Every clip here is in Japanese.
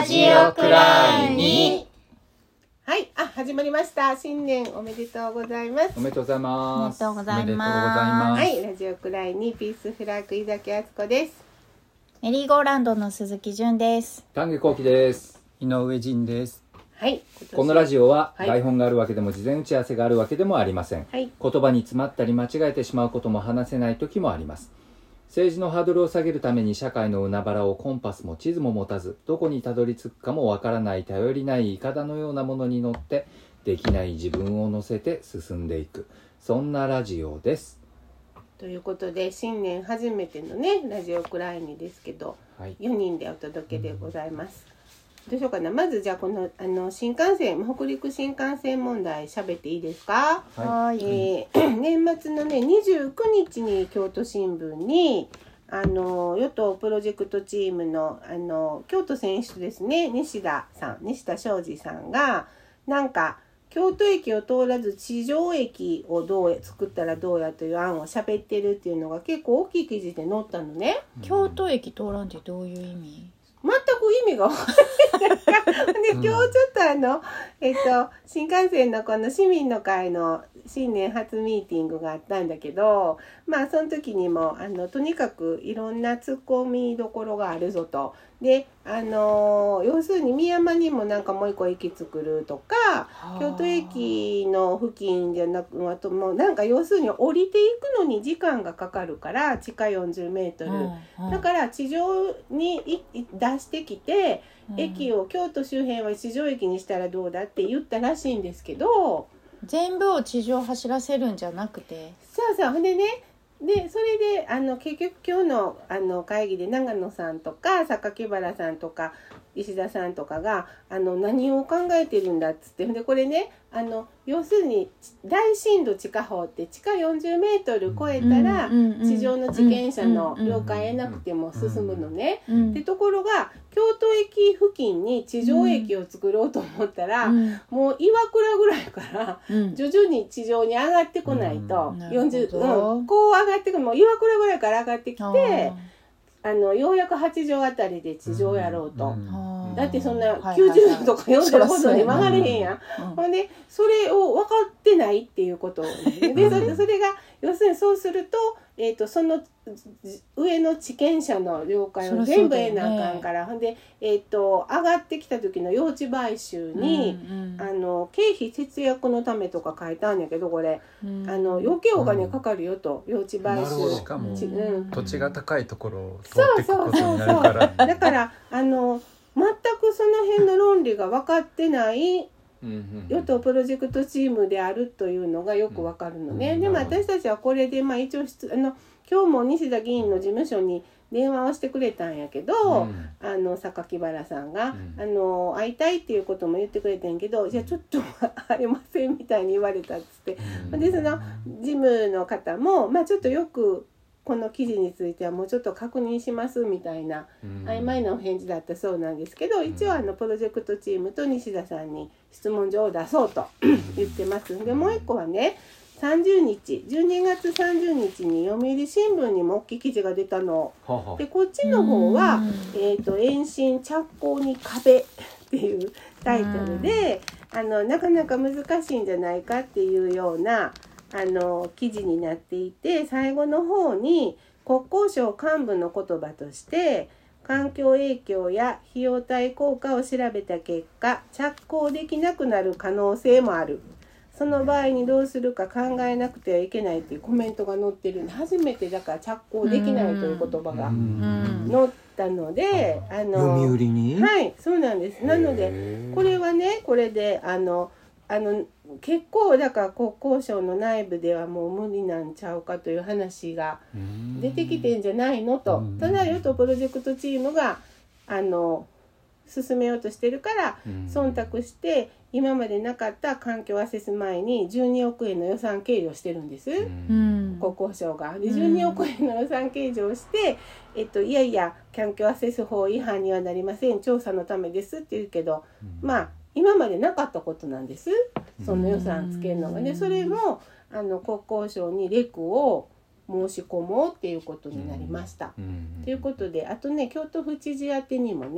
ジオくらいに。 はい、始まりました。新年おめでとうございます。 おめでとうございます。 おめでとうございます。 はい、ラジオくらいにピースフラッグ井崎敦子です。 メリーゴーランドの鈴木純です。 丹下幸喜です。 井上仁です。 はい、 このラジオははい台本があるわけでも事前打ち合わせがあるわけでもありません、 はい、 言葉に詰まったり間違えてしまうことも話せない時もあります。政治のハードルを下げるために社会の海原をコンパスも地図も持たずどこにたどり着くかもわからない頼りないイカダのようなものに乗ってできない自分を乗せて進んでいく、そんなラジオです。 ということで新年初めてのねラジオくらいにですけど、 はい、 4人でお届けでございます。どうしようかな。まずじゃあこの新幹線北陸新幹線問題喋っていいですか？ はい。 年末のね29日に京都新聞に与党プロジェクトチームの京都選出ですね、西田昌司さんがなんか京都駅を通らず地上駅を作ったらどうやという案を喋ってるっていうのが結構大きい記事で載ったのね。 京都駅通らんってどういう意味？ 全く意味が分からないで今日ちょっと新幹線のこの市民の会の新年初ミーティングがあったんだけど、まあその時にもとにかくいろんな突っ込みどころがあるぞと。で要するに宮山にもなんかもう一個駅作るとか、京都駅の付近じゃなくあともうなんか要するに降りていくのに時間がかかるから地下40メートル、だから地上に出してきて、駅を京都周辺は地上駅にしたらどうだって言ったらしいんですけど、 全部を地上走らせるんじゃなくて、 そうでね、でそれで結局今日の会議で長野さんとか榊原さんとか石田さんとかが何を考えてるんだっつって、でこれね要するに大深度地下砲って地下40メートル超えたら地上の地権者の了解得なくても進むのね。でところが京都駅付近に地上駅を作ろうと思ったら、もう岩倉ぐらいから徐々に地上に上がってこないと、こう上がってくる、もう岩倉ぐらいから上がってきてようやく8畳あたりで地上やろうと。だってそんな90度とか40度ほどに曲がれへんやん。ほんでそれを分かってないっていうことで、それが要するにそうすると、その上の地権者の了解を全部得なあかんから、ほんで、上がってきた時の用地買収に、経費節約のためとか書いたんやけど、これ余計お金かかるよと、用地買収。 しかも、土地が高いところを通っていくことになるから、 だから全くその辺の論理が分かってない与党プロジェクトチームであるというのがよく分かるのね。でも私たちはこれで一応今日も西田議員の事務所に電話をしてくれたんやけど、榊原さんが、会いたいっていうことも言ってくれてんけど、じゃあちょっと会えませんみたいに言われたっつって、でその事務の方もちょっとよくこの記事についてはもうちょっと確認しますみたいな曖昧なお返事だったそうなんですけど、一応プロジェクトチームと西田さんに質問状を出そうと言ってます。でもう一個はね、12月30日に読売新聞にも大きい記事が出たので、こっちの方は延伸着工に壁っていうタイトルでなかなか難しいんじゃないかっていうような記事になっていて、最後の方に国交省幹部の言葉として環境影響や費用対効果を調べた結果着工できなくなる可能性もある、その場合にどうするか考えなくてはいけないっていうコメントが載ってるんで、初めてだから着工できないという言葉が載ったので、 読売に、 はい、そうなんです。なのでこれはね、これで結構だから国交省の内部ではもう無理なんちゃうかという話が出てきてんじゃないのと。ただ与党プロジェクトチームが進めようとしてるから忖度して今までなかった環境アセス前に12億円の予算計上してるんです、国交省が。で12億円の予算計上して、いやいや環境アセス法違反にはなりません、調査のためですって言うけど、今までなかったことなんです、その予算つけるのが。でそれも国交省にレクを申し込もうっていうことになりました。ということで、あとね、京都府知事宛てにもね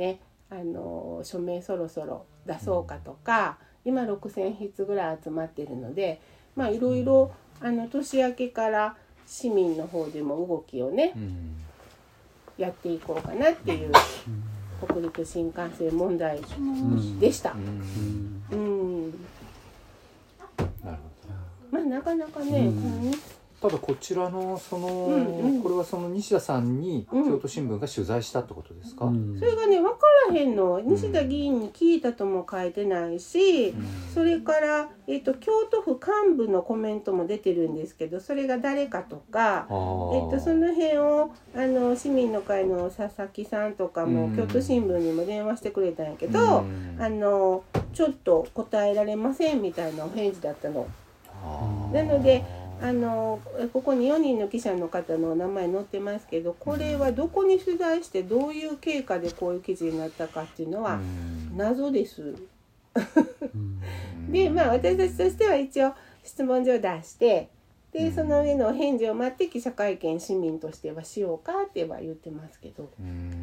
署名そろそろ出そうかとか、今6000筆ぐらい集まってるので、まあいろいろ年明けから市民の方でも動きをね、やっていこうかなっていう北陸新幹線問題でした。 なるまあなかなかね、 ほど。ただこちらのこれはその西田さんに京都新聞が取材したってことですか？ それがね分からへんの。西田議員に聞いたとも書いてないし、それから、京都府幹部のコメントも出てるんですけど、それが誰かとか、その辺を市民の会の佐々木さんとかも京都新聞にも電話してくれたんやけど、ちょっと答えられませんみたいなお返事だったの。なのでここに4人の記者の方の名前載ってますけど、これはどこに取材してどういう経過でこういう記事になったかっていうのは謎です。でまあ私たちとしては一応質問状を出して、でその上の返事を待って記者会見市民としてはしようかっては言ってますけど、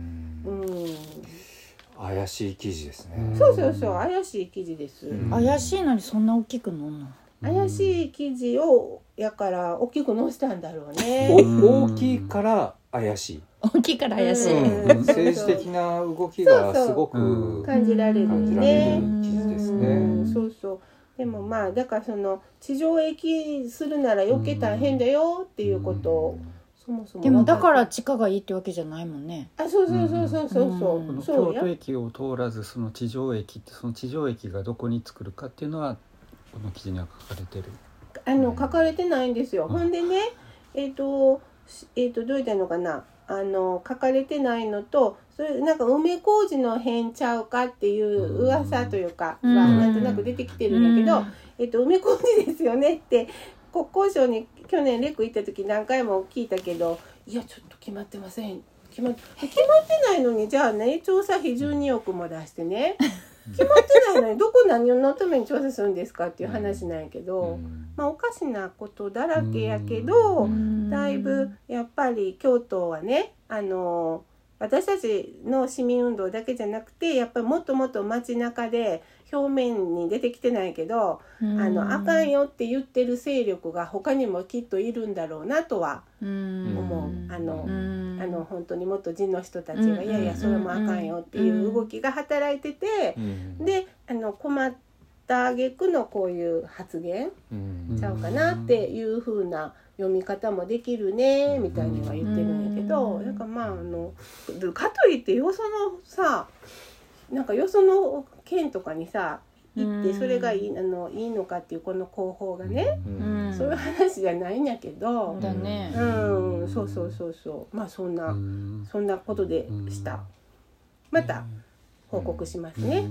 怪しい記事ですね。 そう怪しい記事です。 怪しいのにそんな大きく載んの？ 怪しい記事をやから大きく載せたんだろうね。 大きいから怪しい。 大きいから怪しい。 政治的な動きがすごく感じられるね。 記事ですね。 でもまあだからその地上駅するなら余計大変だよっていうことをそもそも。 でもだから地下がいいってわけじゃないもんね。 そう京都駅を通らずその地上駅って、その地上駅がどこに作るかっていうのはこの記事には書かれてる？ 書かれてないんですよ。ほんでね、どう言ったのかな、書かれてないのと、それなんか梅小路の辺ちゃうかっていう噂というかはなんとなく出てきてるんだけど、梅小路ですよねって国交省に去年レク行った時何回も聞いたけど、いやちょっと決まってません。決まってないのに、じゃあね調査費12億も出してね決まってないのにどこ何のために調査するんですかっていう話なんやけど、まあおかしなことだらけやけど、だいぶやっぱり京都はね、私たちの市民運動だけじゃなくて、やっぱりもっともっと街中で表面に出てきてないけど、あかんよって言ってる勢力が他にもきっといるんだろうなとは思う。本当にもっと地の人たちがいやいやそれもあかんよっていう動きが働いてて、で困った挙句のこういう発言ちゃうかなっていう風な読み方もできるねみたいには言ってるんやけど、なんかまあかといってよそのさ、なんかよその県とかにさ行ってそれがいいのかっていうこの広報がね、そういう話じゃないんやけど、 だね。 まあそんなことでした。また報告しますね。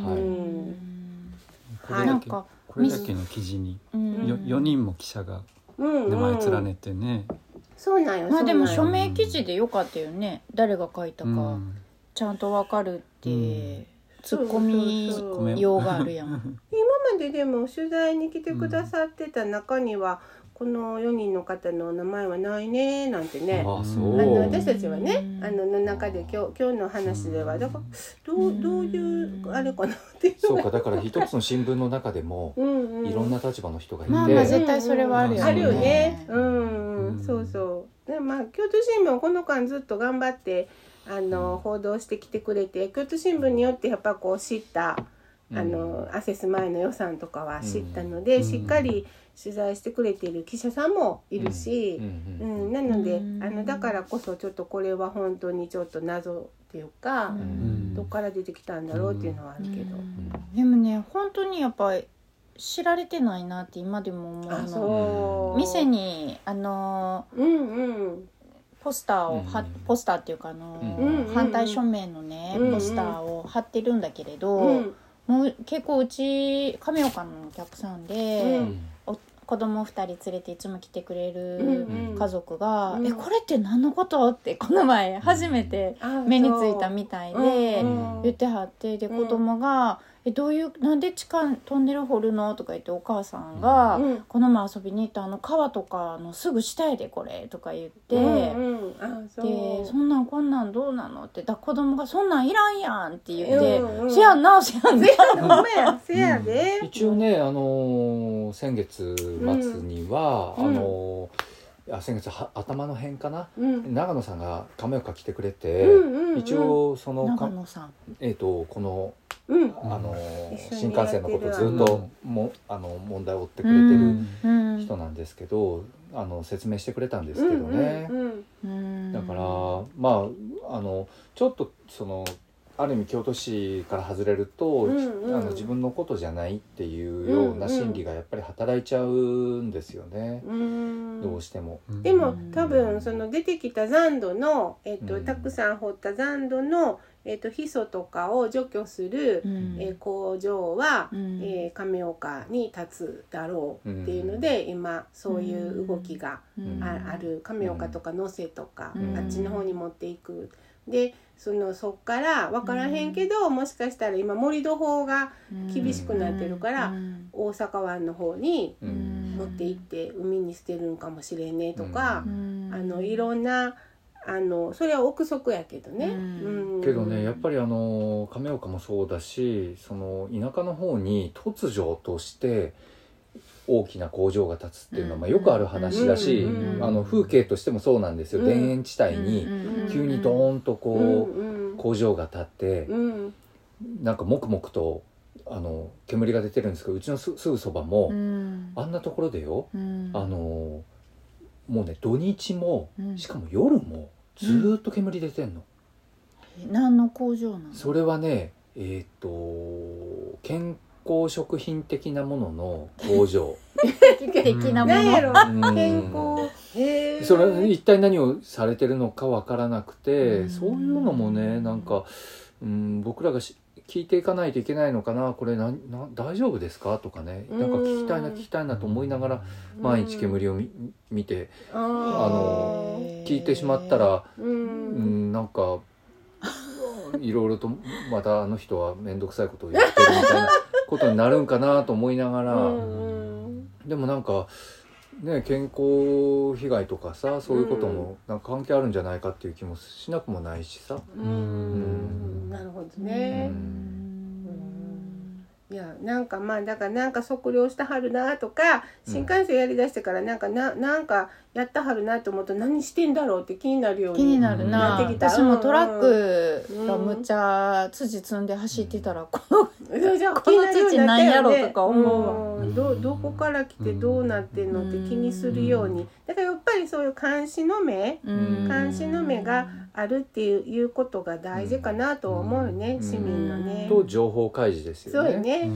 これだけの記事に4人も記者が名前連ねてね。 そうなんよ。 まあでも署名記事でよかったよね。誰が書いたかちゃんとわかるってツッコミ用があるやん。 今まででも取材に来てくださってた中には、この4人の方の名前はないねなんてね、私たちはねの中で今日の話ではだからどういうあれかなっていう。 そうか、だから一つの新聞の中でもいろんな立場の人がいて、 まあ絶対それはあるよね。 あるよね。そうで、まあ京都新聞この間ずっと頑張って報道してきてくれて、京都新聞によってやっぱこう知ったアセス前の予算とかは知ったので、しっかり取材してくれている記者さんもいるし、なのでだからこそちょっとこれは本当にちょっと謎っていうか、どっから出てきたんだろうっていうのはあるけど、 でもね本当にやっぱり知られてないなって今でも思うの。店にポスターっていうか反対署名のねポスターを貼ってるんだけれど、もう結構うち亀岡のお客さんで、子供2人連れていつも来てくれる家族が、これって何のことってこの前初めて目についたみたいで言ってはって、で子供がどういうなんで地下トンネル掘るのとか言ってお母さんが、この前遊びに行った川とかのすぐ下やでこれとか言って、でそんなんこんなんどうなのって子供がそんなんいらんやんって言って、せやんなせやんなごめんせやで、 一応ね先月末には、先月頭の辺かな、長野さんが亀岡来てくれて、一応その長野さんこの新幹線のことずっと問題を追ってくれてる人なんですけど、説明してくれたんですけどね。だからまあちょっとある意味京都市から外れると、自分のことじゃないっていうような心理がやっぱり働いちゃうんですよね、どうしても。 でも多分出てきた残土の、たくさん掘った残土の、ヒ素とかを除去する、工場は、亀岡に立つだろうっていうので、今そういう動きがある。亀岡とか能勢とか、あっちの方に持っていく。でそっから分からへんけど、もしかしたら今盛土法が厳しくなってるから、大阪湾の方に持って行って海に捨てるんかもしれんねとか、いろんなそれは憶測やけどね、 けどねやっぱり亀岡もそうだし、田舎の方に突如として大きな工場が建つっていうのはよくある話だし、風景としてもそうなんですよ。田園地帯に急にドーンと工場が建って、なんかもくもくと煙が出てるんですけど、うちのすぐそばも、あんなところでよ、もうね土日も、しかも夜もずっと煙出てんの。 何の工場なの？ それはね健康食品的なものの工場的なもの、 何やろ、健康、 それ一体何をされてるのかわからなくて、そういうのもねなんか、僕らが聞いていかないといけないのかな、これ大丈夫ですかとかね、なんか聞きたいなと思いながら毎日煙を見て、聞いてしまったら、なんかいろいろとまた人は面倒くさいことを言ってるみたいなことになるんかなと思いながら、でもなんかね、健康被害とかさ、そういうこともなんか関係あるんじゃないかっていう気もしなくもないしさ。 なるほどね。いやなんかだからなんか測量したはるなとか、新幹線やりだしてからなんかやったはるなと思うと、何してんだろうって気になるようになってきた。 私もトラックがむっちゃ土積んで走ってたら、この土なんやろとか思うわ。 どこから来てどうなってんのって気にするように。だからやっぱりそういう監視の目があるっていうことが大事かなと思うよね、市民のね。 と情報開示ですよね。 そうね。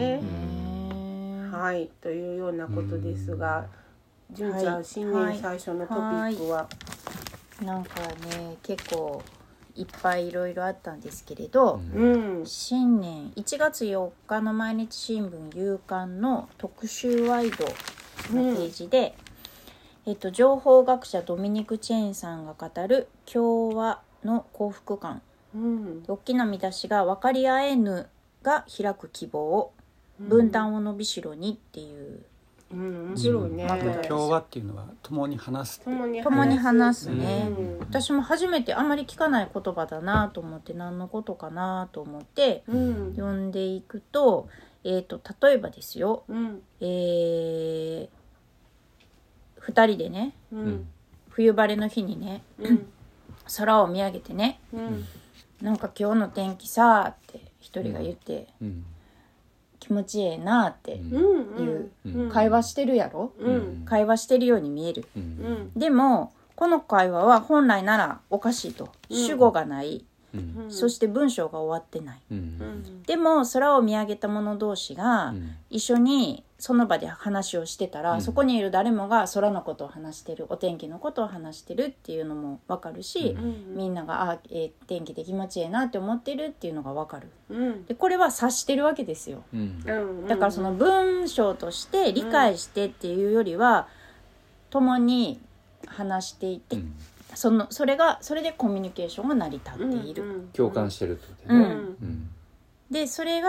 はい、というようなことですが、純ちゃん、新年最初のトピックは、 なんかね結構いっぱいいろいろあったんですけれど、新年1月4日の毎日新聞夕刊の特集ワイドのページで、情報学者ドミニク・チェーンさんが語る共和の幸福感、大きな見出しが分かり合えぬが開く希望、分断を伸びしろにっていう面白いね。 共和っていうのは共に話す。 共に話すね。私も初めてあんまり聞かない言葉だなと思って、何のことかなと思って読んでいくと、例えばですよ、2人でね、冬晴れの日にね、空を見上げてね、なんか今日の天気さって一人が言って、気持ちええなっていう会話してるやろ、会話してるように見える、でもこの会話は本来ならおかしいと、主語がない、そして文章が終わってない、でも空を見上げた者同士が一緒にその場で話をしてたら、そこにいる誰もが空のことを話してる、お天気のことを話してるっていうのも分かるし、みんなが天気で気持ちいいなって思ってるっていうのが分かる、でこれは察してるわけですよ、だからその文章として理解してっていうよりは、共に話していて、それでコミュニケーションが成り立っている、 共感してるってことね、 でそれが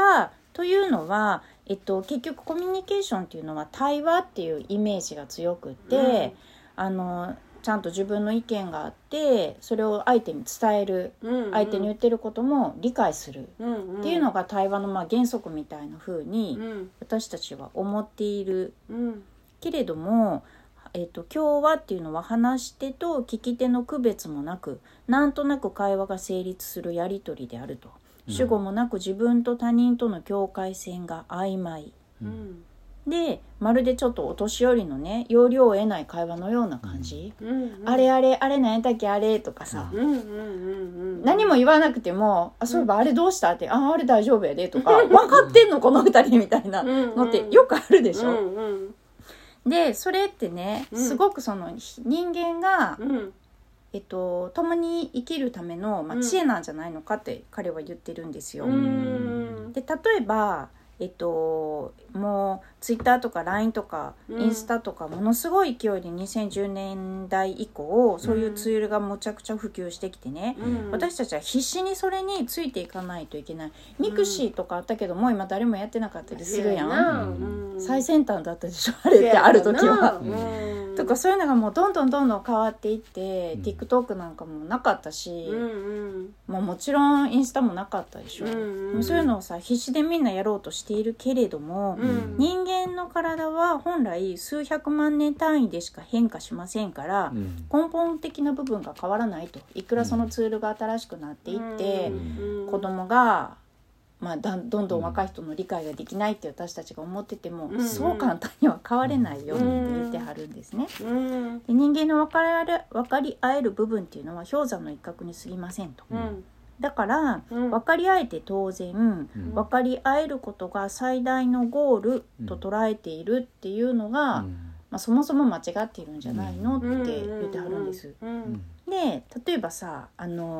というのは、結局コミュニケーションっていうのは対話っていうイメージが強くて、ちゃんと自分の意見があってそれを相手に伝える、相手に言ってることも理解する、っていうのが対話の原則みたいな風に私たちは思っている、けれども、共話っていうのは話し手と聞き手の区別もなく、なんとなく会話が成立するやり取りであると。主語もなく自分と他人との境界線が曖昧、でまるでちょっとお年寄りのね要領を得ない会話のような感じ、あれ何やったっけあれとかさ、何も言わなくてもそういえばあれどうしたって、あれ大丈夫やでとか、分かってんのこの二人みたいなのってよくあるでしょ。でそれってねすごくその人間が、共に生きるための、知恵なんじゃないのかって彼は言ってるんですよ。で例えばもうツイッターとか LINE とかインスタとかものすごい勢いで2010年代以降そういうツールがむちゃくちゃ普及してきてね、私たちは必死にそれについていかないといけない。ミクシーとかあったけどもう今誰もやってなかったりするやん、最先端だったでしょあれってある時はとか、そういうのがもうどんどん変わっていって、TikTok なんかもなかったし、もちろんインスタもなかったでしょ、そういうのをさ必死でみんなやろうとしているけれども、人間の体は本来数百万年単位でしか変化しませんから、根本的な部分が変わらないと。いくらそのツールが新しくなっていって、子供がどんどん若い人の理解ができないって私たちが思ってても、そう簡単には変われないよって言ってはるんですね。で人間の分かり合える部分っていうのは氷山の一角に過ぎませんと。だから分かり合えて当然、分かり合えることが最大のゴールと捉えているっていうのが、そもそも間違っているんじゃないのって言ってはるんです。で例えばさ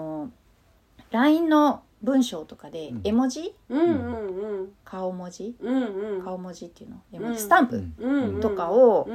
LINE の文章とかで絵文字、顔文字、顔文字っていうの絵文字、スタンプとかを、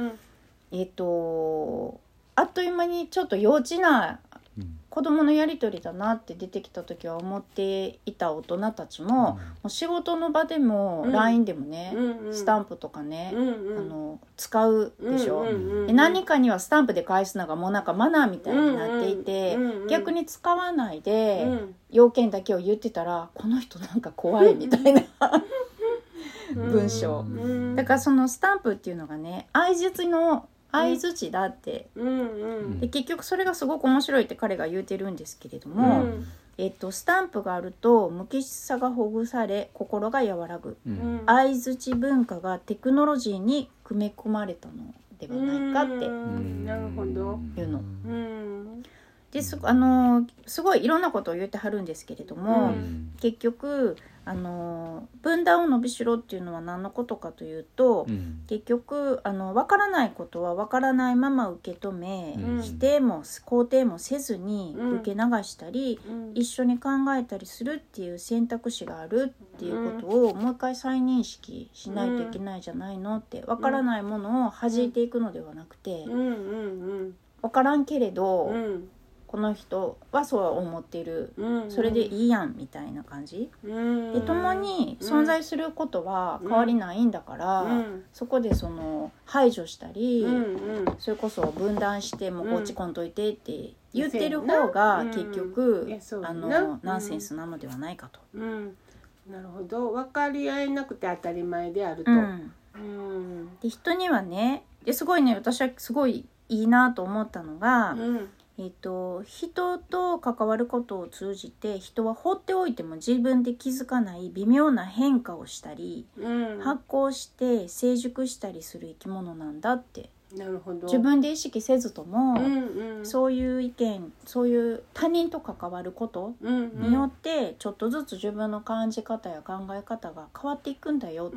あっという間にちょっと幼稚な子供のやり取りだなって出てきた時は思っていた大人たちも、もう仕事の場でも LINE でもね、スタンプとかね、使うでしょ、で何かにはスタンプで返すのがもうなんかマナーみたいになっていて、逆に使わないで、要件だけを言ってたらこの人なんか怖いみたいな文章だから、そのスタンプっていうのがね相槌だって、で結局それがすごく面白いって彼が言うてるんですけれども、スタンプがあると無機質さがほぐされ心が和らぐ、相槌文化がテクノロジーに組み込まれたのではないかっていうの。ですごいいろんなことを言ってはるんですけれども、結局分断を伸びしろっていうのは何のことかというと、結局分からないことは分からないまま受け止め、否定も肯定もせずに受け流したり、一緒に考えたりするっていう選択肢があるっていうことをもう一回再認識しないといけないじゃないのって。分からないものを弾いていくのではなくて、分からんけれど、この人はそう思っている、それでいいやんみたいな感じで、共に存在することは変わりないんだから、そこでその排除したり、それこそ分断してもうこっちこんといてって言ってる方が結局、ナンセンスなのではないかと。 なるほど、分かり合えなくて当たり前であると。 で人にはね、すごいね、私はすごいいいなと思ったのが、人と関わることを通じて人は放っておいても自分で気づかない微妙な変化をしたり、発酵して成熟したりする生き物なんだって。 なるほど。 自分で意識せずとも、そういう意見、そういう他人と関わることによってちょっとずつ自分の感じ方や考え方が変わっていくんだよって、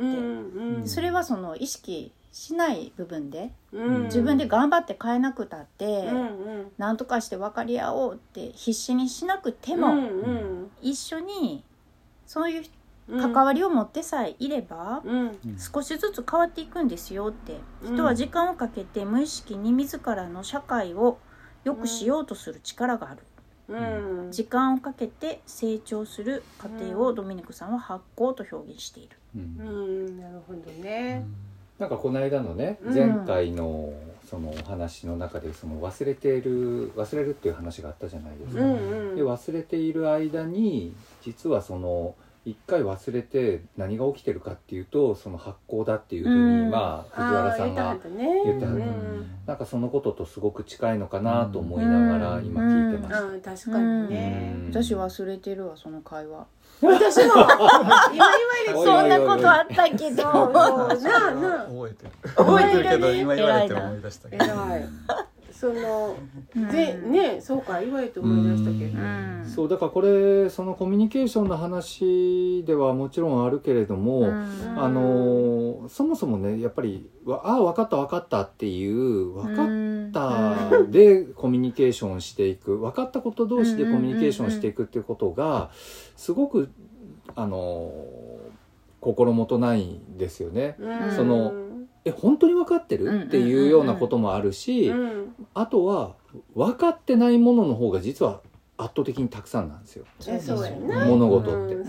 それはその意識しない部分で、自分で頑張って変えなくたって、何とかして分かり合おうって必死にしなくても、一緒にそういう関わりを持ってさえいれば、少しずつ変わっていくんですよって。人は時間をかけて無意識に自らの社会を良くしようとする力がある。 時間をかけて成長する過程をドミニクさんは発酵と表現している。 なるほどね。 なんかこの間のね、前回のそのお話の中でその忘れるっていう話があったじゃないですか。で忘れている間に実はその一回忘れて何が起きてるかっていうとその発酵だっていうふうにまあ藤原さんが言ってはった。なんかそのこととすごく近いのかなと思いながら今聞いてました。 確かにね。 私忘れてるわその会話。 私も今言われてそんなことあったけど覚えてるけど今言われて思い出したけど。 そのね、そうか言われて思い出したけど、 そうだからこれそのコミュニケーションの話ではもちろんあるけれども、そもそもねやっぱり分かったっていう分かったでコミュニケーションしていく、分かったこと同士でコミュニケーションしていくっていうことがすごく心もとないんですよね。その本当に分かってるっていうようなこともあるし、あとは分かってないものの方が実は圧倒的にたくさんなんですよ、物事って。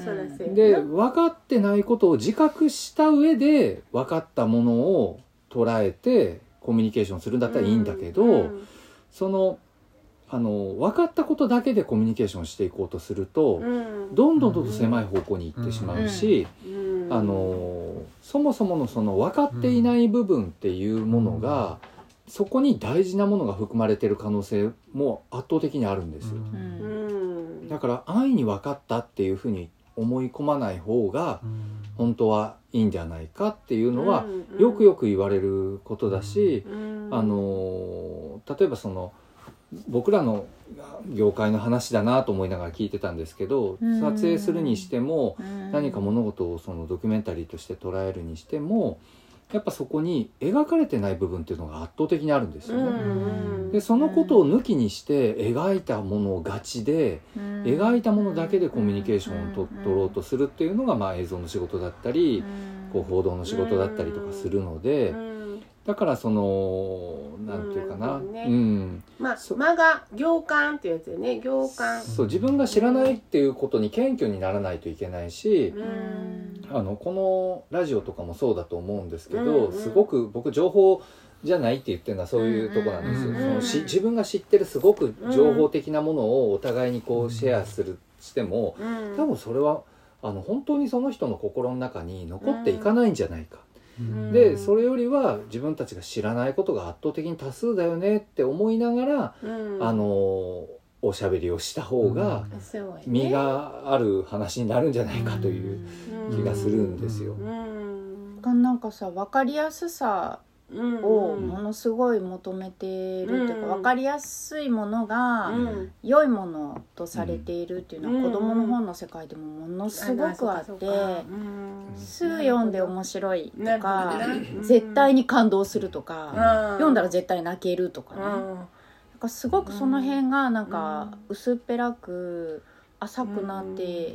で分かってないことを自覚した上で分かったものを捉えてコミュニケーションするんだったらいいんだけど、その分かったことだけでコミュニケーションしていこうとすると、どんどん狭い方向に行ってしまうし、そもそものその分かっていない部分っていうものが、そこに大事なものが含まれている可能性も圧倒的にあるんですよ。だから安易に分かったっていうふうに思い込まない方が本当はいいんじゃないかっていうのはよくよく言われることだし、例えばその僕らの業界の話だなと思いながら聞いてたんですけど、撮影するにしても何か物事をそのドキュメンタリーとして捉えるにしてもやっぱそこに描かれてない部分っていうのが圧倒的にあるんですよね。でそのことを抜きにして描いたものをガチで描いたものだけでコミュニケーションを取ろうとするっていうのがまあ映像の仕事だったりこう報道の仕事だったりとかするので、だからそのなんていうかな、 間が行間っていうやつよね。行間。 そう自分が知らないっていうことに謙虚にならないといけないし、このラジオとかもそうだと思うんですけど、すごく僕情報じゃないって言ってるのはそういうとこなんですよ。その自分が知ってるすごく情報的なものをお互いにこうシェアしても、多分それは本当にその人の心の中に残っていかないんじゃないか。でそれよりは自分たちが知らないことが圧倒的に多数だよねって思いながら、おしゃべりをした方が身がある話になるんじゃないかという気がするんですよ。 なんかさ分かりやすさをものすごい求めているっていうか、分かりやすいものが良いものとされているっていうのは子どもの本の世界でもものすごくあって、すぐ読んで面白いとか絶対に感動するとか読んだら絶対泣けるとかね、なんかすごくその辺がなんか薄っぺらく浅くなって、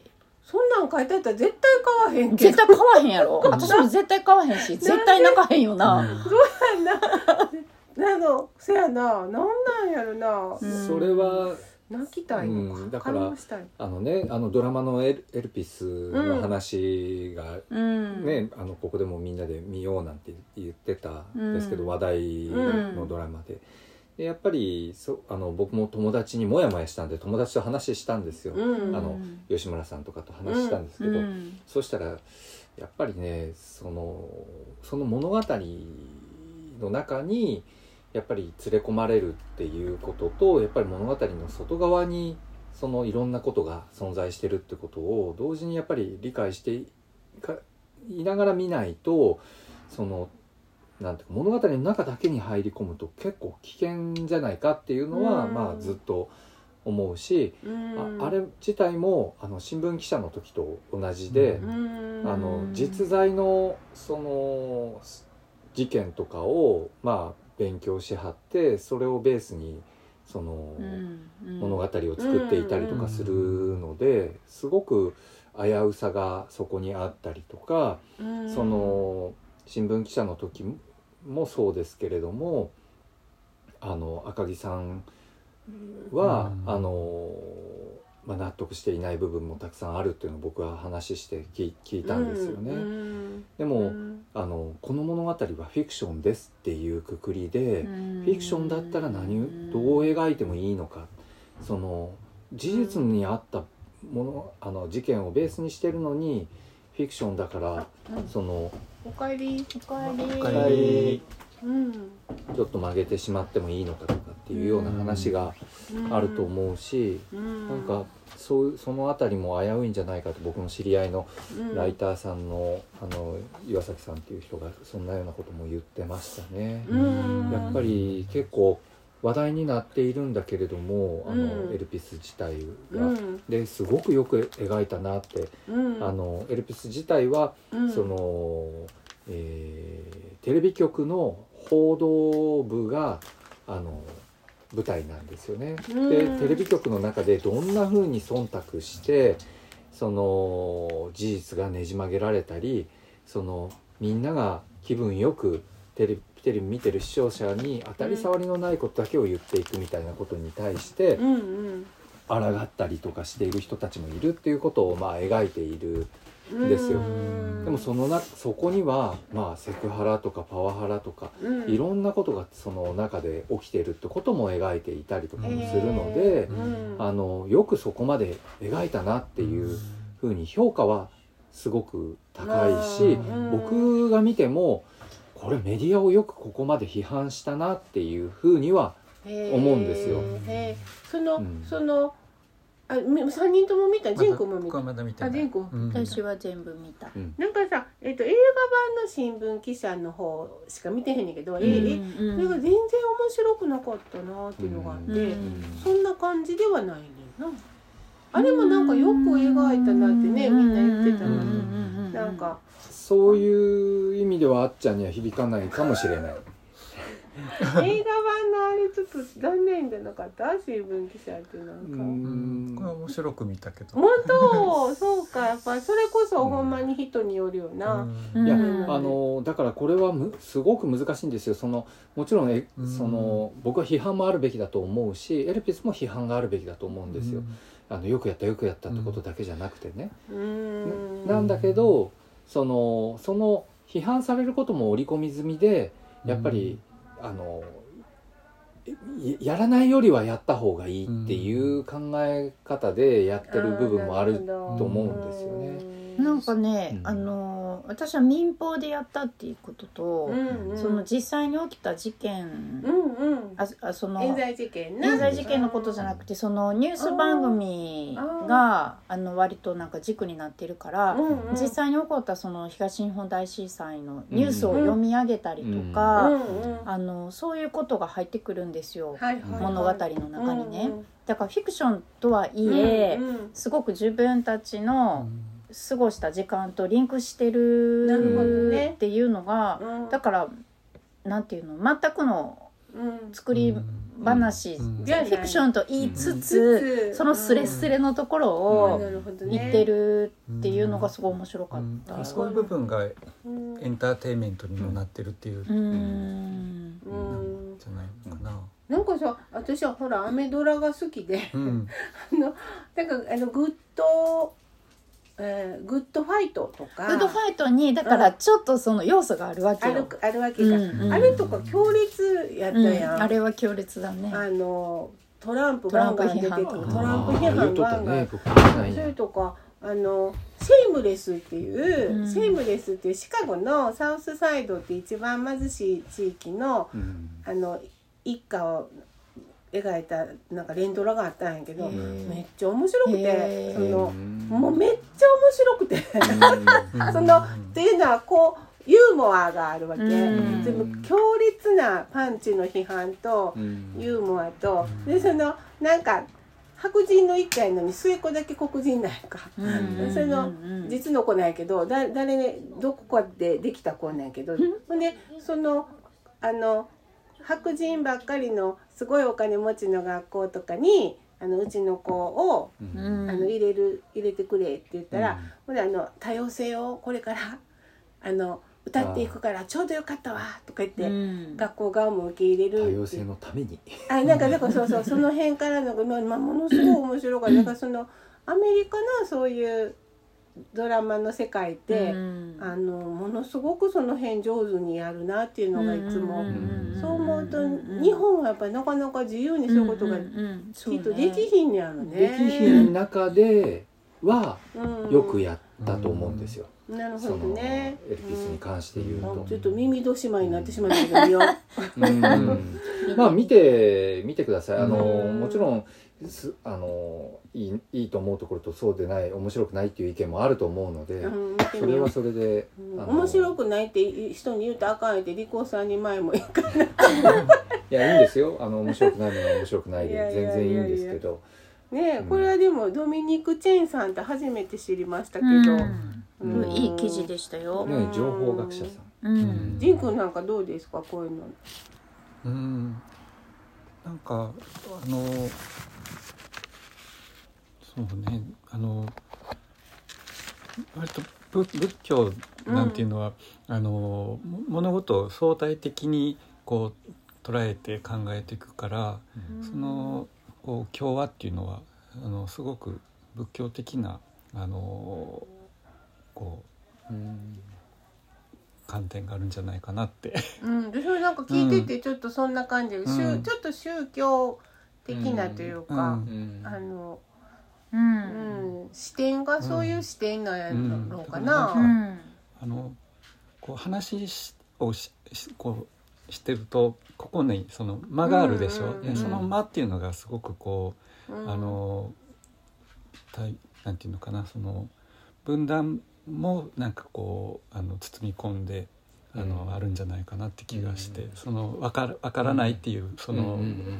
そんなん書いてあったら絶対買わへんけど。 絶対買わへんやろ。私も絶対買わへんし絶対泣かへんよな。 そうやな。せやな。なんなんやろな。 それは泣きたいのか。 だからドラマのエルピスの話がね、ここでもみんなで見ようなんて言ってたんですけど、話題のドラマで。でやっぱり僕も友達にモヤモヤしたんで友達と話したんですよ、吉村さんとかと話したんですけど、そしたらやっぱりねその物語の中にやっぱり連れ込まれるっていうことと、やっぱり物語の外側にそのいろんなことが存在してるってことを同時にやっぱり理解していながら見ないと、そのなんていうか物語の中だけに入り込むと結構危険じゃないかっていうのは、まあずっと思うし、あれ自体も新聞記者の時と同じで、実在のその事件とかをまあ勉強しはって、それをベースにその物語を作っていたりとかするので、すごく危うさがそこにあったりとか、その新聞記者の時もそうですけれども、赤木さんは、 納得していない部分もたくさんあるっていうのを僕は話して聞いたんですよね。でもこの物語はフィクションですっていうくくりで、フィクションだったらどう描いてもいいのか、その事実にあったもの事件をベースにしてるのにフィクションだからそのおかえりちょっと曲げてしまってもいいのかとかっていうような話があると思うし、なんかそのあたりも危ういんじゃないかと僕の知り合いのライターさんの岩崎さんっていう人がそんなようなことも言ってましたね。やっぱり結構話題になっているんだけれどもエルピス自体は、ですごくよく描いたなって、エルピス自体はその、テレビ局の報道部が舞台なんですよね。でテレビ局の中でどんな風に忖度してその事実がねじ曲げられたり、そのみんなが気分よくテレビ見てる視聴者に当たり障りのないことだけを言っていくみたいなことに対して抗ったりとかしている人たちもいるっていうことを描いているんですよ。でもそこにはセクハラとかパワハラとかいろんなことがその中で起きているってことも描いていたりとかもするので、よくそこまで描いたなっていうふうに評価はすごく高いし、僕が見てもこれメディアをよくここまで批判したなっていうふうには思うんですよ。 3人とも見た？ジンコも見た？ まだ見てない。 ジンコ、 私は全部見た。 なんかさ、映画版の新聞記者の方しか見てへんねんけど、それが全然面白くなかったなっていうのがあって、そんな感じではないねんな。あれもなんかよく描いたなってね、みんな言ってたのに、なんかそういう意味ではあっちゃんには響かないかもしれない。 映画版のあれちょっと残念じゃなかった？新聞記者ってなんかこれ面白く見たけど。 本当そうか、やっぱそれこそほんまに人によるよな。 いやだからこれはすごく難しいんですよ。もちろん僕は批判もあるべきだと思うし、エルピスも批判があるべきだと思うんですよ。よくやったってことだけじゃなくてね。なんだけどその批判されることも織り込み済みで、やっぱりやらないよりはやった方がいいっていう考え方でやってる部分もあると思うんですよね。 なんかね、私は民放でやったっていうことと、その実際に起きた事件、その冤罪事件のことじゃなくて、そのニュース番組が割となんか軸になってるから、実際に起こったその東日本大震災のニュースを読み上げたりとか、そういうことが入ってくるんですよ、物語の中にね。だからフィクションとはいえ、すごく自分たちの過ごした時間とリンクしてるっていうのが、だからなんていうの、全くの作り話、フィクションと言いつつ、そのスレスレのところを言ってるっていうのがすごい面白かった。 そういう部分がエンターテインメントにもなってるっていう、じゃないのかな。 なんかさ、私はほらアメドラが好きで、なんかグッドファイトとか、 グッドファイトにだからちょっとその要素があるわけよ。 あるわけか。あれとか強烈やったやん。 あれは強烈だね。 トランプガンガン出てくる。トランプ批判ガンガン。それとかセイムレスっていうシカゴのサウスサイドって一番貧しい地域の一家を描いたなんか連ドラがあったんやけど、めっちゃ面白くて、もうめっちゃ面白くてっていうのはこうユーモアがあるわけ。でも強烈なパンチの批判とユーモアと、でなんか白人の一家やのに末っ子だけ黒人なんやんか。実の子なんやけど、どこかでできた子なんやけど、ほんで白人ばっかりのすごいお金持ちの学校とかにうちの子を入れてくれって言ったら、多様性をこれから歌っていくからちょうどよかったわとか言って、学校側も受け入れる多様性のためになんかだからそうその辺からのが、ものすごい面白かった。だからそのアメリカのそういうドラマの世界って、ものすごくその辺上手にやるなっていうのがいつも、そう思うと日本はやっぱりなかなか自由にそういうことがきっとできひんねやろね。 できひん中ではよくやったと思うんですよ。 なるほどね。 エルピスに関して言うと、 ちょっと耳戸島になってしまったけど見よう。 まあ見てください。もちろんいいと思うところとそうでない面白くないっていう意見もあると思うので、それはそれで面白くないって人に言うとあかんってリコさんに前も言うからいやいいんですよ。面白くないものは面白くないで全然いいんですけどね。これはでもドミニク・チェンさんって初めて知りましたけど、 いい記事でしたよ。 情報学者さん。 ジン君なんかどうですかこういうの。 なんかそうね、割と仏教なんていうのは、物事を相対的にこう捉えて考えていくから、そのこう教和っていうのはすごく仏教的なこう、観点があるんじゃないかなって。 でそれなんか聞いててちょっとそんな感じで、ちょっと宗教的なというか、視点がそういう視点なんやろうかな。 こう話をこうしてるとここにその間があるでしょ。その間っていうのがすごくこうなんていうのかな、その分断もなんかこう包み込んであるんじゃないかなって気がして、その分からないっていうその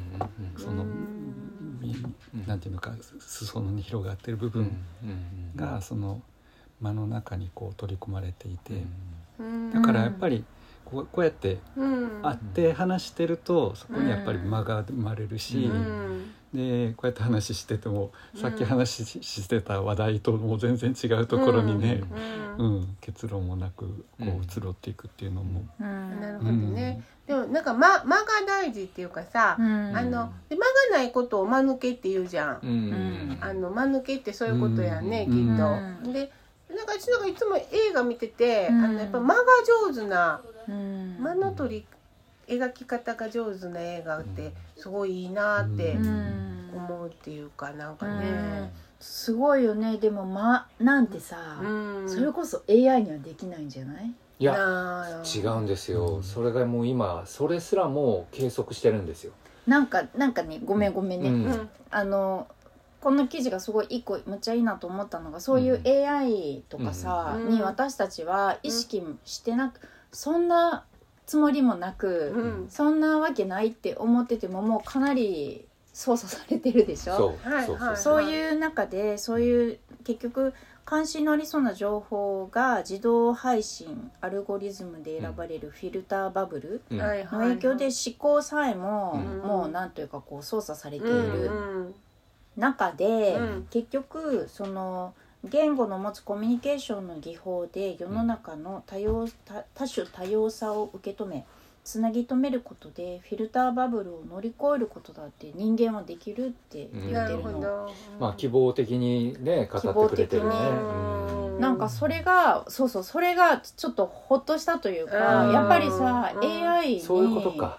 なんていうのか裾野に広がっている部分がその間の中にこう取り込まれていて、だからやっぱりこうやって会って話してるとそこにやっぱり間が生まれるし、でこうやって話しててもさっき話してた話題ともう全然違うところにね、結論もなくこう移ろっていくっていうのも、 なるほどね。でもなんか間が大事っていうかさ、間がないことを間抜けって言うじゃん。間抜けってそういうことやね、きっと。でなんか私なんかいつも映画見てて、やっぱ間が上手な、間の描き方が上手な映画ってすごいいいなって思うっていうか、なんかね、 すごいよね。でも間なんてさ、それこそ AI にはできないんじゃない？ いや違うんですよ。それがもう今それすらも計測してるんですよ。なんかね、ごめんね、この記事がすごい一個むっちゃいいなと思ったのが、そういう AI とかさ、に私たちは意識してなく、そんなつもりもなく、そんなわけないって思っててももうかなり操作されてるでしょ。そういう中でそういう結局関心のありそうな情報が自動配信アルゴリズムで選ばれるフィルターバブルの影響で思考さえももうなんというかこう操作されている中で、結局その言語の持つコミュニケーションの技法で世の中の多種多様さを受け止めつなぎ止めることでフィルターバブルを乗り越えることだって人間はできるって言ってるの。 まあ希望的にね語ってくれてるね。 なんかそれがそれがちょっとホッとしたというか、やっぱりさ AI にそういうことか。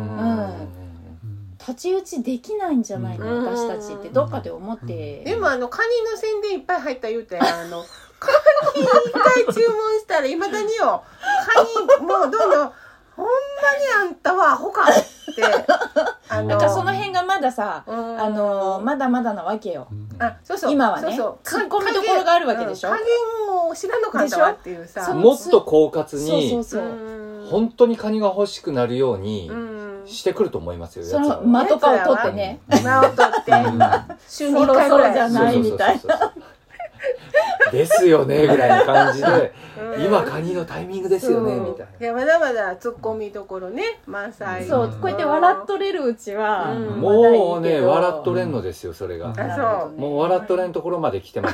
太刀打ちできないんじゃないの、私たちってどっかで思って。 でもカニの宣伝いっぱい入った言うてカニ一回注文したらいまだによカニもうどんどんほんまにあんたはアホかってなんかその辺がまださまだまだなわけよ。そう今はねツッコミどころがあるわけでしょ。 加減を知らんのかんたわっていうさ、 もっと狡猾に本当にカニが欲しくなるようにしてくると思いますよ。 その間とかを取ってね、 間を取って週に1回ぐらいじゃないみたいなですよねぐらいの感じで今カニのタイミングですよねみたいな。 いやまだまだツッコミどころね満載。 そうこうやって笑っとれるうちはもうね笑っとれんのですよ。それがもう笑っとれんところまで来てます。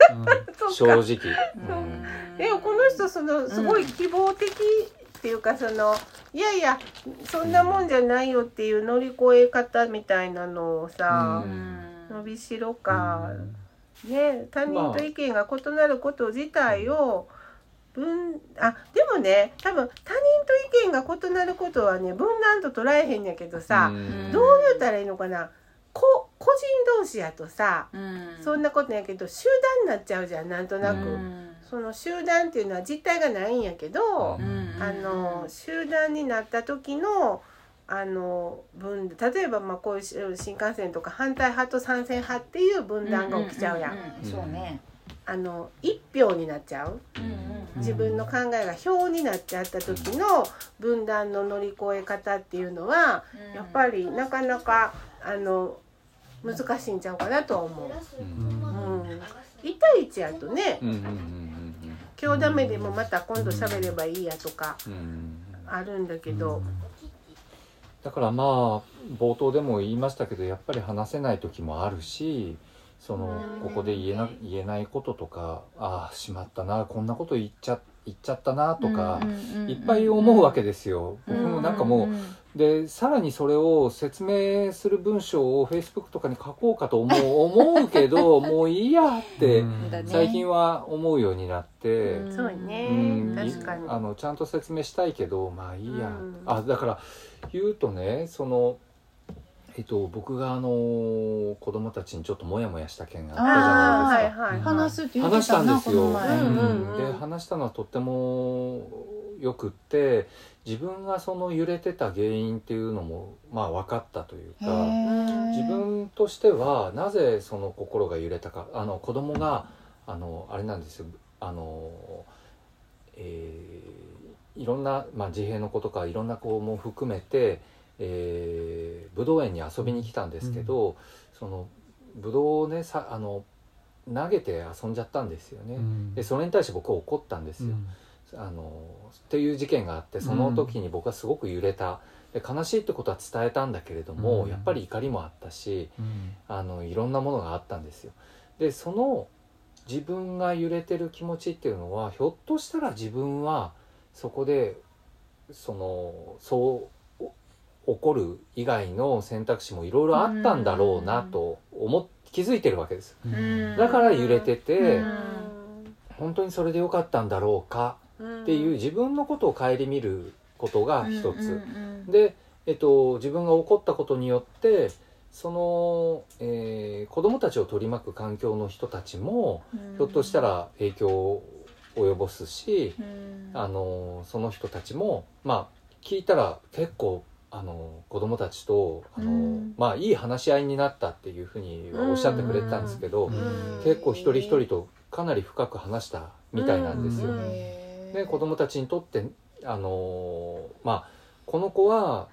正直。 でもこの人すごい希望的っていうかいやいやそんなもんじゃないよっていう乗り越え方みたいなのをさ、伸びしろか、ね、他人と意見が異なること自体をでもね多分他人と意見が異なることはね分断と捉えへんやけどさ、どう言うたらいいのかな、個人同士やとさ、そんなことやけど集団になっちゃうじゃん、なんとなく。その集団っていうのは実体がないんやけど、集団になった時の例えばこういう新幹線とか反対派と賛成派っていう分断が起きちゃうやん。 そうね。 一票になっちゃう、自分の考えが票になっちゃった時の分断の乗り越え方っていうのは、やっぱりなかなか難しいんちゃうかなと思う。1対1やとね、今日ダメでもまた今度喋ればいいやとかあるんだけど、 だから冒頭でも言いましたけど、やっぱり話せない時もあるし、ここで言えないこととか、しまったな、こんなこと言っちゃったなとか、いっぱい思うわけですよ。僕もなんかもうでさらにそれを説明する文章を Facebook とかに書こうかと思うけどもういいやって最近は思うようになって、 そうね、確かにちゃんと説明したいけどまあいいや、だから言うとね、僕が子供たちにちょっとモヤモヤした件があったじゃないですか。 話すって言ってたな、 話したんですよ。で話したのはとってもよくって、自分が揺れてた原因っていうのも分かったというか、自分としてはなぜ心が揺れたか、子供があれなんですよ、いろんな、自閉の子とかいろんな子も含めてぶどう園に遊びに来たんですけど、ぶどうをね投げて遊んじゃったんですよね。でそれに対して僕は怒ったんですよ。っていう事件があって、その時に僕はすごく揺れた。で悲しいってことは伝えたんだけれども、やっぱり怒りもあったし、いろんなものがあったんですよ。で自分が揺れてる気持ちっていうのは、ひょっとしたら自分はそこでそう怒る以外の選択肢もいろいろあったんだろうなと気づいてるわけです。だから揺れてて、本当にそれでよかったんだろうかっていう自分のことを顧みることが一つで、自分が怒ったことによって子供たちを取り巻く環境の人たちもひょっとしたら影響を及ぼすし、その人たちも聞いたら結構子供たちといい話し合いになったっていうふうにおっしゃってくれてたんですけど、結構一人一人とかなり深く話したみたいなんですよ。で子供たちにとってこの子は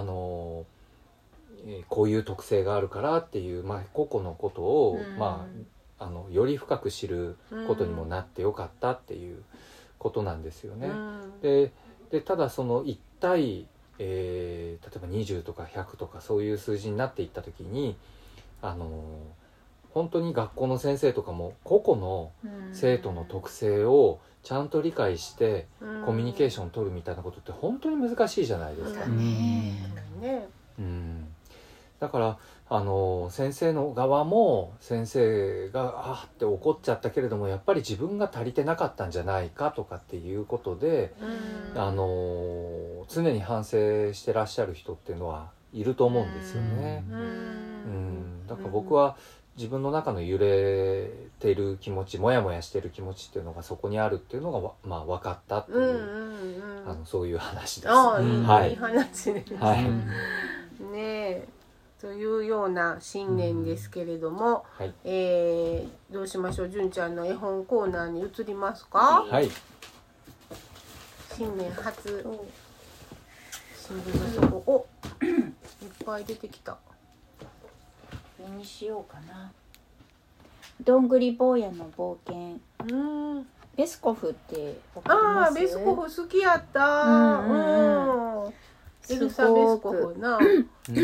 こういう特性があるからっていう、個々のことを、より深く知ることにもなってよかったっていうことなんですよね。でただ1対例えば20とか100とかそういう数字になっていった時に本当に学校の先生とかも個々の生徒の特性をちゃんと理解してコミュニケーションを取るみたいなことって本当に難しいじゃないですか。だから先生の側も先生がって怒っちゃったけれども、やっぱり自分が足りてなかったんじゃないかとかっていうことで常に反省してらっしゃる人っていうのはいると思うんですよね。だから僕は自分の中の揺れている気持ち、モヤモヤしている気持ちっていうのがそこにあるっていうのが分かったっていう、そういう話です。 いい話ですね。というような新年ですけれども、どうしましょう。純ちゃんの絵本コーナーに移りますか。新年初新聞の底いっぱい出てきた。 何にしようかな。どんぐり坊やの冒険。ベスコフってわかります？ ベスコフ好きやった。エルサ・ベスコフな。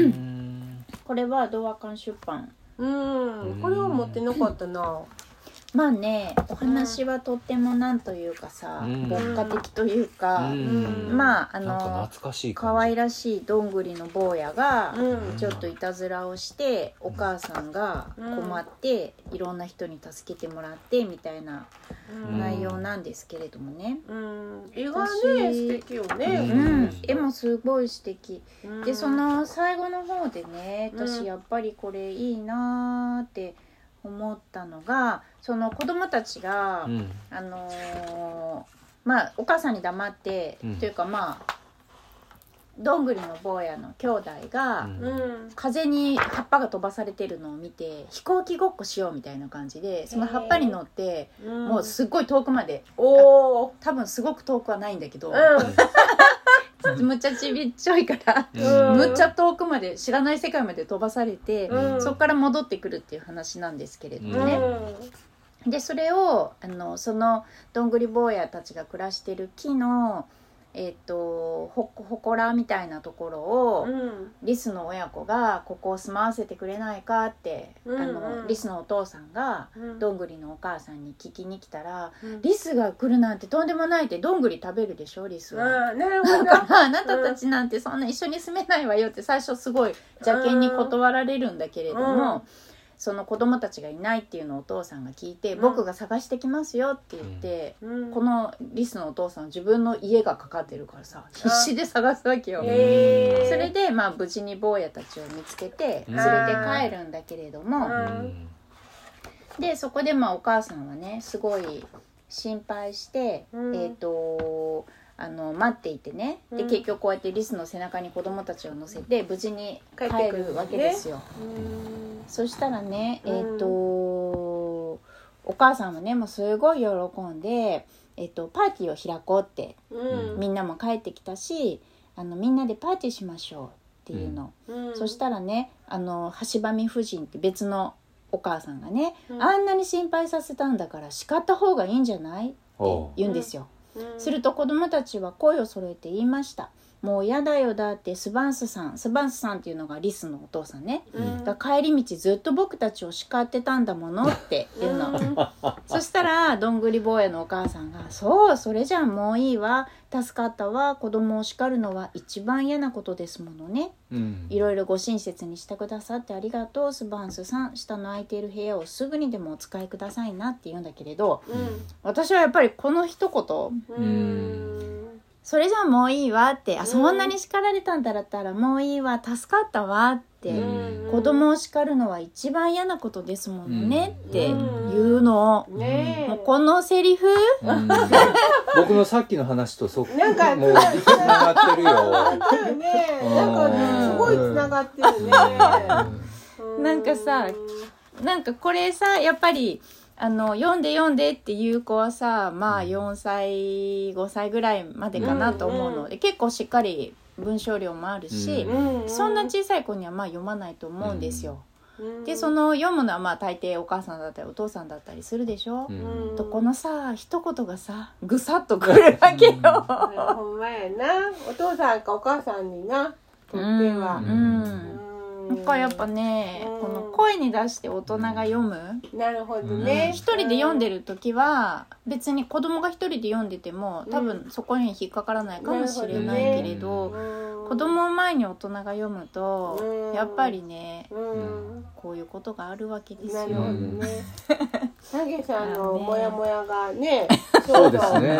これは童話館出版。 これは持ってなかったな。 まあね、お話はとってもなんというかさ、牧歌的というか、まあなんか懐かしい可愛らしいどんぐりの坊やがちょっといたずらをして、お母さんが困っていろんな人に助けてもらってみたいな内容なんですけれどもね。 絵がね素敵よね。 絵もすごい素敵。でその最後の方でね、私やっぱりこれいいなって思ったのが、その子供たちが、まあお母さんに黙って、というかまあどんぐりの坊やの兄弟が、風に葉っぱが飛ばされてるのを見て飛行機ごっこしようみたいな感じで、その葉っぱに乗って、もうすっごい遠くまで、多分すごく遠くはないんだけど、むっちゃちびっちょいから、むっちゃ遠くまで知らない世界まで飛ばされて、そこから戻ってくるっていう話なんですけれどもね。でそれをそのどんぐり坊やたちが暮らしてる木のほこらみたいなところを、リスの親子がここを住まわせてくれないかって、リスのお父さんがどんぐりのお母さんに聞きに来たら、リスが来るなんてとんでもないって、どんぐり食べるでしょリスは。 なるほど。 だからあなたたちなんてそんな一緒に住めないわよって最初すごい邪険に断られるんだけれども、その子供たちがいないっていうのをお父さんが聞いて、僕が探してきますよって言って、このリスのお父さんは自分の家がかかってるからさ、必死で探すわけよ。それでまあ無事に坊やたちを見つけて連れて帰るんだけれども、でそこでまあお母さんはねすごい心配して、待っていてね、で結局こうやってリスの背中に子供たちを乗せて無事に帰るわけですよ。そしたらね、お母さんはねもうすごい喜んで、パーティーを開こうって、みんなも帰ってきたしみんなでパーティーしましょうっていうの、そしたらね橋場美夫人って別のお母さんがね、あんなに心配させたんだから叱った方がいいんじゃないって言うんですよ。すると子供たちは声を揃えて言いました。もうやだよ、だってスバンスさんっていうのがリスのお父さんね、だ帰り道ずっと僕たちを叱ってたんだものっていうの、そしたらどんぐり坊やのお母さんが、そうそれじゃあもういいわ、助かったわ、子供を叱るのは一番嫌なことですものね、いろいろご親切にしてくださってありがとうスバンスさん、下の空いている部屋をすぐにでもお使いくださいなって言うんだけれど、私はやっぱりこの一言、それじゃあもういいわって、そんなに叱られたんだったらもういいわ、助かったわって、子供を叱るのは一番嫌なことですもんねっていうのを、もうこのセリフ、 僕のさっきの話となんかもうつながってるよ。 なんかすごいつながってるね。 なんかさ、なんかこれさ、やっぱり読んでっていう子はさ、まあ4歳5歳ぐらいまでかなと思うので、結構しっかり文章量もあるし、そんな小さい子にはまあ読まないと思うんですよ。でその読むのはまあ大抵お母さんだったりお父さんだったりするでしょ、とこのさ一言がさぐさっとくるわけよ。 ほんまやな、お父さんかお母さんになとっては、 なんかやっぱね、この声に出して大人が読む、 なるほどね、 一人で読んでる時は別に子供が一人で読んでても多分そこに引っかからないかもしれないけれど、子供を前に大人が読むとやっぱりね、こういうことがあるわけですよ。 なげさんのモヤモヤがね、 そうですね。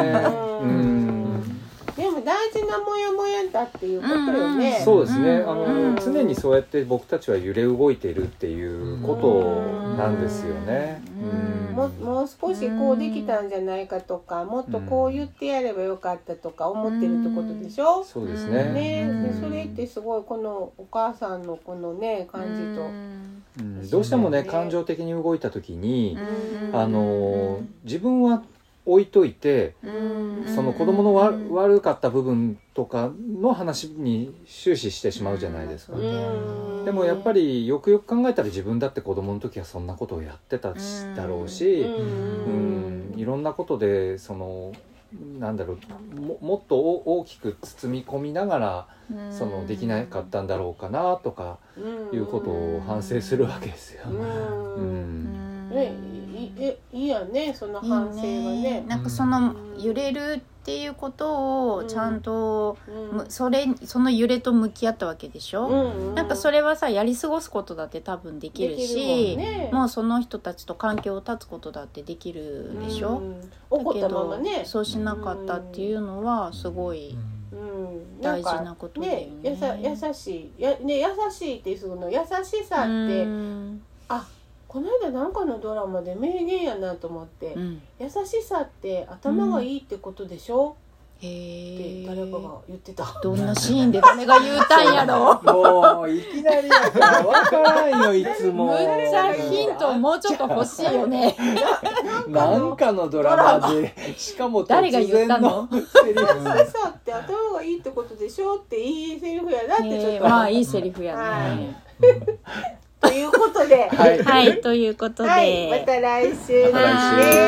でも大事なモヤモヤだっていうことよね。 そうですね。常にそうやって僕たちは揺れ動いているっていうことなんですよね。 もう少しこうできたんじゃないかとか、もっとこう言ってやればよかったとか思ってるってことでしょ。 そうですね。 それってすごいこのお母さんのこのね感じと、 どうしてもね感情的に動いた時に、自分は置いといて、その子供の悪かった部分とかの話に終始してしまうじゃないですか。でもやっぱりよくよく考えたら自分だって子供の時はそんなことをやってただろうし、いろんなことでそのなんだろう、もっと大きく包み込みながらそのできなかったんだろうかなとかいうことを反省するわけですよ。 いいややね、その反省がね。 なんかその揺れるっていうことをちゃんと、その揺れと向き合ったわけでしょ、なんかそれはさやり過ごすことだって多分できるし、もうその人たちと関係を断つことだってできるでしょ、 怒ったままね、 そうしなかったっていうのはすごい大事なことだよね。 優しいってその優しさって、この間なんかのドラマで名言やなと思って、優しさって頭がいいってことでしょ、って誰かが言ってた。 どんなシーンで誰が言うたんやろもういきなりやから分からんよいつも。 むっちゃヒントもうちょっと欲しいよね。 なんかのドラマでしかも誰が言ったの？ 優しさって頭がいいってことでしょっていいセリフやなってちょっと、 まあいいセリフやね。 ということで、 はい、ということで、 また来週。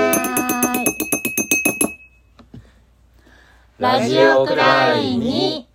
ラジオくらいに。